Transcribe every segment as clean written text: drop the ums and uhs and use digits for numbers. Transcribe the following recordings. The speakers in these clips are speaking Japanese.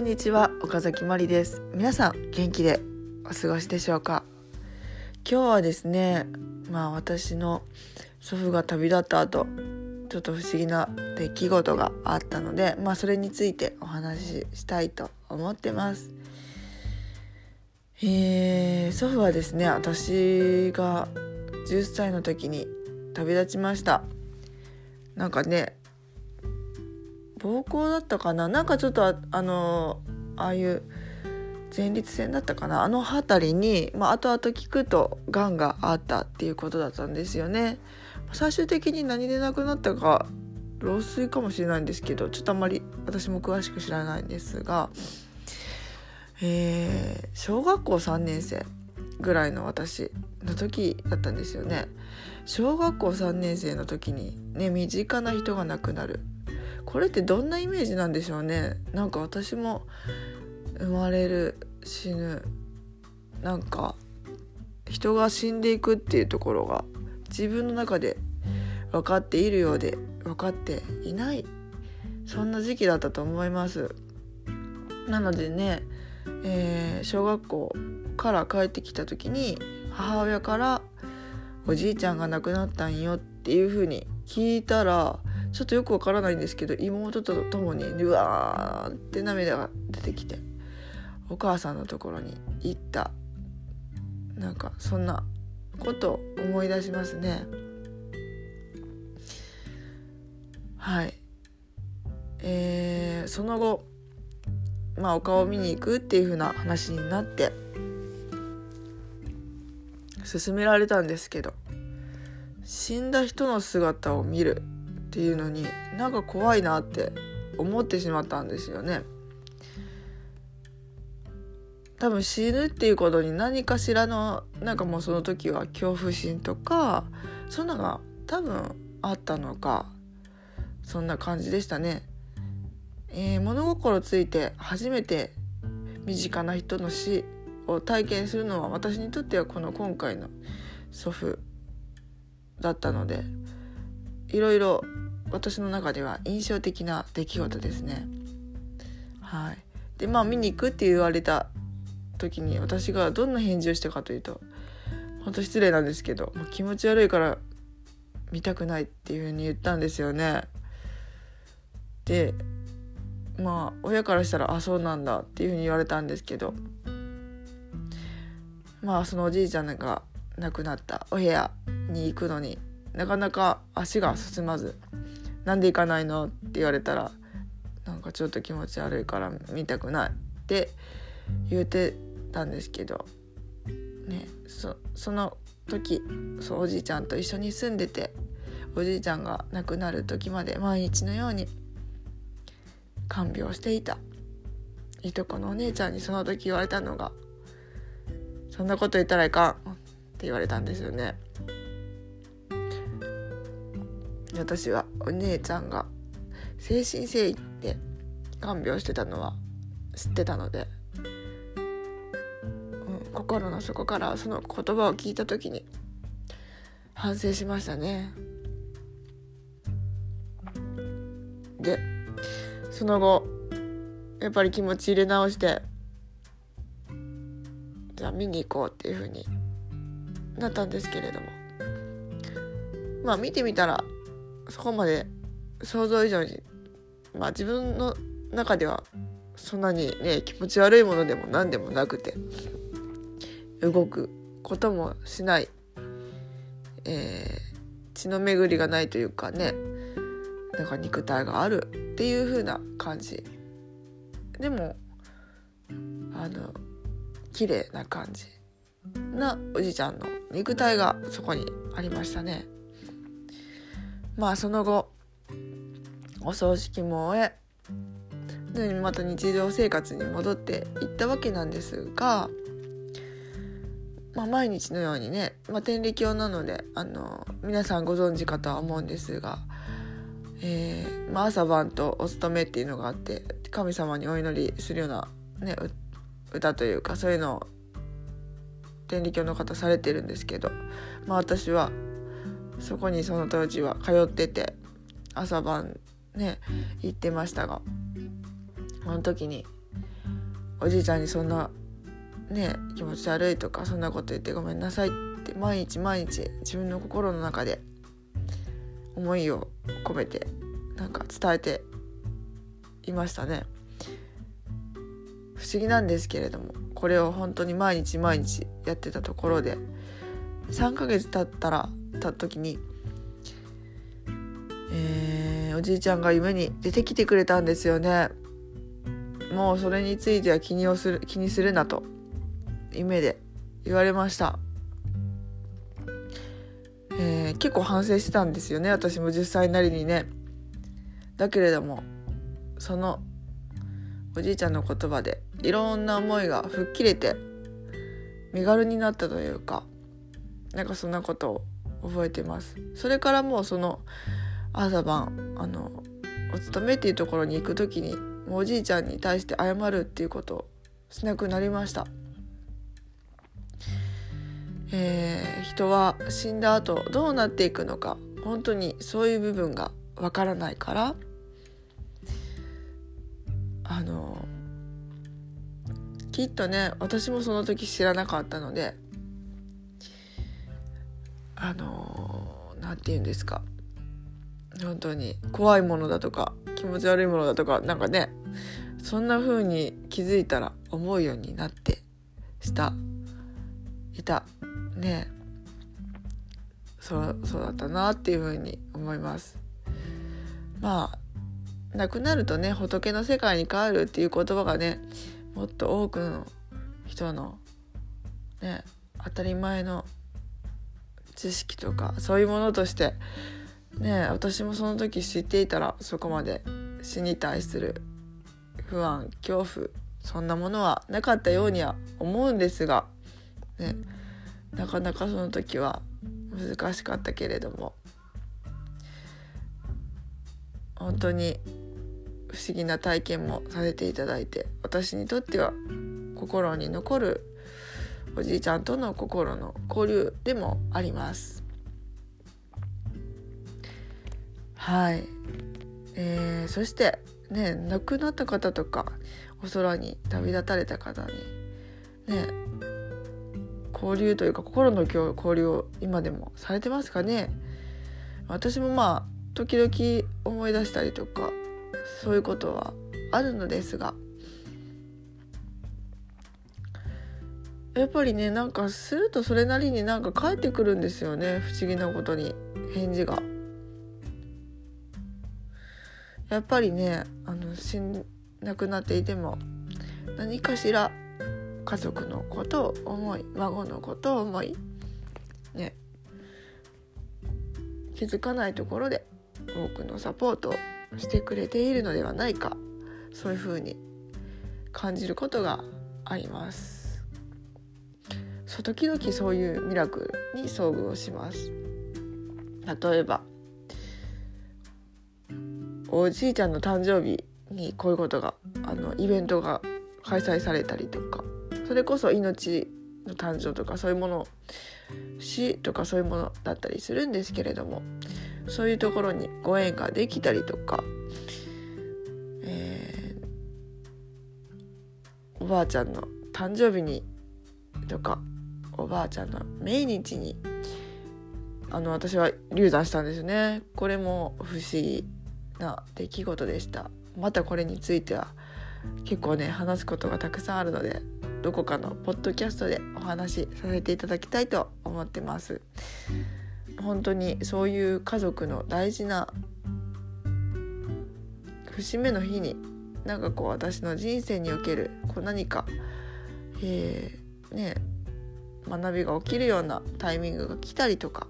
んにちは、岡崎まりです。皆さん元気でお過ごしでしょうか。今日はですね、私の祖父が旅立った後、ちょっと不思議な出来事があったので、それについてお話ししたいと思ってます。祖父はですね、私が10歳の時に旅立ちました。暴行だったかな、ちょっとああいう前立腺だったかな、辺りに、後々聞くとがんがあったっていうことだったんですよね。最終的に何で亡くなったか老衰かもしれないんですけど、ちょっとあんまり私も詳しく知らないんですが、小学校3年生ぐらいの私の時だったんですよね。小学校3年生の時にね、身近な人が亡くなる。これってどんなイメージなんでしょうね。私も生まれる、死ぬ、人が死んでいくっていうところが自分の中で分かっているようで分かっていない、そんな時期だったと思います。なのでね、小学校から帰ってきた時に母親からおじいちゃんが亡くなったんよっていう風に聞いたら、ちょっとよくわからないんですけど、妹と共にうわーって涙が出てきて、お母さんのところに行った、そんなことを思い出しますね。はい。その後、お顔を見に行くっていう風な話になって勧められたんですけど、死んだ人の姿を見るっていうのに怖いなって思ってしまったんですよね。多分死ぬっていうことに何かしらのもうその時は恐怖心とかそんなのが多分あったのか、そんな感じでしたね。物心ついて初めて身近な人の死を体験するのは、私にとっては今回の祖父だったので、いろいろ私の中では印象的な出来事ですね。はい。で見に行くって言われた時に私がどんな返事をしたかというと、本当失礼なんですけど、気持ち悪いから見たくないっていう風に言ったんですよね。で親からしたらそうなんだっていう風に言われたんですけど、そのおじいちゃんが亡くなったお部屋に行くのになかなか足が進まず、なんで行かないのって言われたら、ちょっと気持ち悪いから見たくないって言ってたんですけどね。その時おじいちゃんと一緒に住んでて、おじいちゃんが亡くなる時まで毎日のように看病していたいとこのお姉ちゃんにその時言われたのが、そんなこと言ったらいかんって言われたんですよね。私はお姉ちゃんが誠心誠意で看病してたのは知ってたので、心の底からその言葉を聞いた時に反省しましたね。でその後やっぱり気持ち入れ直して、じゃあ見に行こうっていう風になったんですけれども、見てみたらそこまで想像以上に、自分の中ではそんなにね気持ち悪いものでも何でもなくて、動くこともしない、血の巡りがないというかね、肉体があるっていう風な感じでも綺麗な感じなおじいちゃんの肉体がそこにありましたね。その後お葬式も終え、また日常生活に戻っていったわけなんですが、毎日のようにね、天理教なので皆さんご存知かとは思うんですが、朝晩とお勤めっていうのがあって、神様にお祈りするような、歌というかそういうのを天理教の方されてるんですけど、私はそこにその当時は通ってて朝晩ね行ってましたが、その時におじいちゃんにそんなね気持ち悪いとかそんなこと言ってごめんなさいって毎日毎日自分の心の中で思いを込めてなんか伝えていましたね。不思議なんですけれども、これを本当に毎日毎日やってたところで3ヶ月経った時に、おじいちゃんが夢に出てきてくれたんですよね。もうそれについては気にするなと夢で言われました。結構反省してたんですよね、私も10歳なりにね。だけれどもそのおじいちゃんの言葉でいろんな思いが吹っ切れて身軽になったというか、なんかそんなことを覚えてます。それからもうその朝晩お勤めっていうところに行く時にもうおじいちゃんに対して謝るっていうことをしなくなりました。人は死んだ後どうなっていくのか本当にそういう部分がわからないから、きっとね私もその時知らなかったのでなんて言うんですか、本当に怖いものだとか気持ち悪いものだとかなんかねそんな風に気づいたら思うようになっていたね。そうだったなっていう風に思います。まあ亡くなるとね仏の世界に帰るっていう言葉がねもっと多くの人のね当たり前の知識とかそういうものとしてね、私もその時知っていたらそこまで死に対する不安恐怖そんなものはなかったようには思うんですが、ね、なかなかその時は難しかったけれども本当に不思議な体験もさせていただいて、私にとっては心に残るおじいちゃんとの心の交流でもあります。はい、そしてね亡くなった方とかお空に旅立たれた方にね交流というか心の交流を今でもされてますかね。私もまあ時々思い出したりとかそういうことはあるのですが、やっぱりねなんかするとそれなりになんか返ってくるんですよね、不思議なことに返事が。やっぱりね亡くなっていても何かしら家族のことを思い孫のことを思いね気づかないところで多くのサポートをしてくれているのではないか、そういうふうに感じることがあります。時々そういうミラクルに遭遇をします。例えばおじいちゃんの誕生日にこういうことがイベントが開催されたりとか、それこそ命の誕生とかそういうもの死とかそういうものだったりするんですけれども、そういうところにご縁ができたりとか、おばあちゃんの誕生日にとかおばあちゃんの命日に私は流産したんですね。これも不思議な出来事でした。またこれについては結構ね話すことがたくさんあるのでどこかのポッドキャストでお話しさせていただきたいと思ってます。本当にそういう家族の大事な節目の日になんかこう私の人生における何か、学びが起きるようなタイミングが来たりとか、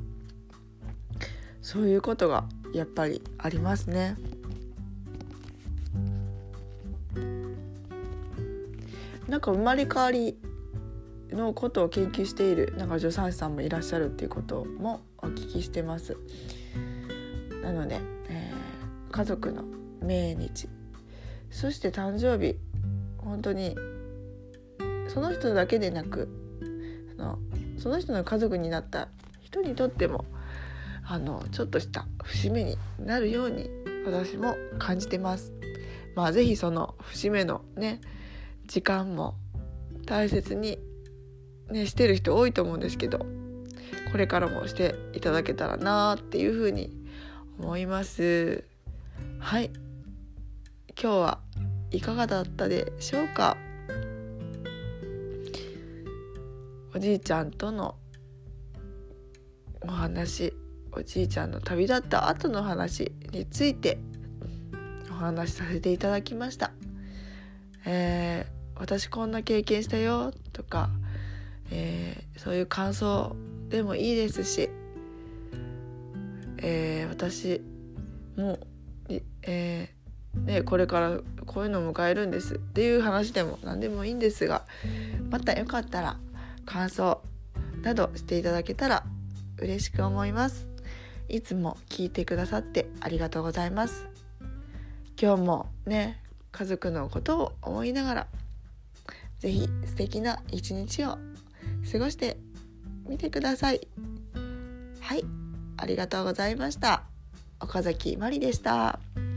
そういうことがやっぱりありますね。なんか生まれ変わりのことを研究している助産師さんもいらっしゃるっていうこともお聞きしてます。なので、家族の命日そして誕生日、本当にその人だけでなくその人の家族になった人にとってもちょっとした節目になるように私も感じてます。ぜひその節目のね時間も大切に、ね、してる人多いと思うんですけど、これからもしていただけたらなっていうふうに思います。はい、今日はいかがだったでしょうか。おじいちゃんとのお話、おじいちゃんの旅立った後の話についてお話しさせていただきました。私こんな経験したよとか、そういう感想でもいいですし、私もこれからこういうのを迎えるんですっていう話でも何でもいいんですが、またよかったら感想などしていただけたら嬉しく思います。いつも聞いてくださってありがとうございます。今日もね、家族のことを思いながらぜひ素敵な一日を過ごしてみてください。はい、ありがとうございました。岡崎まりでした。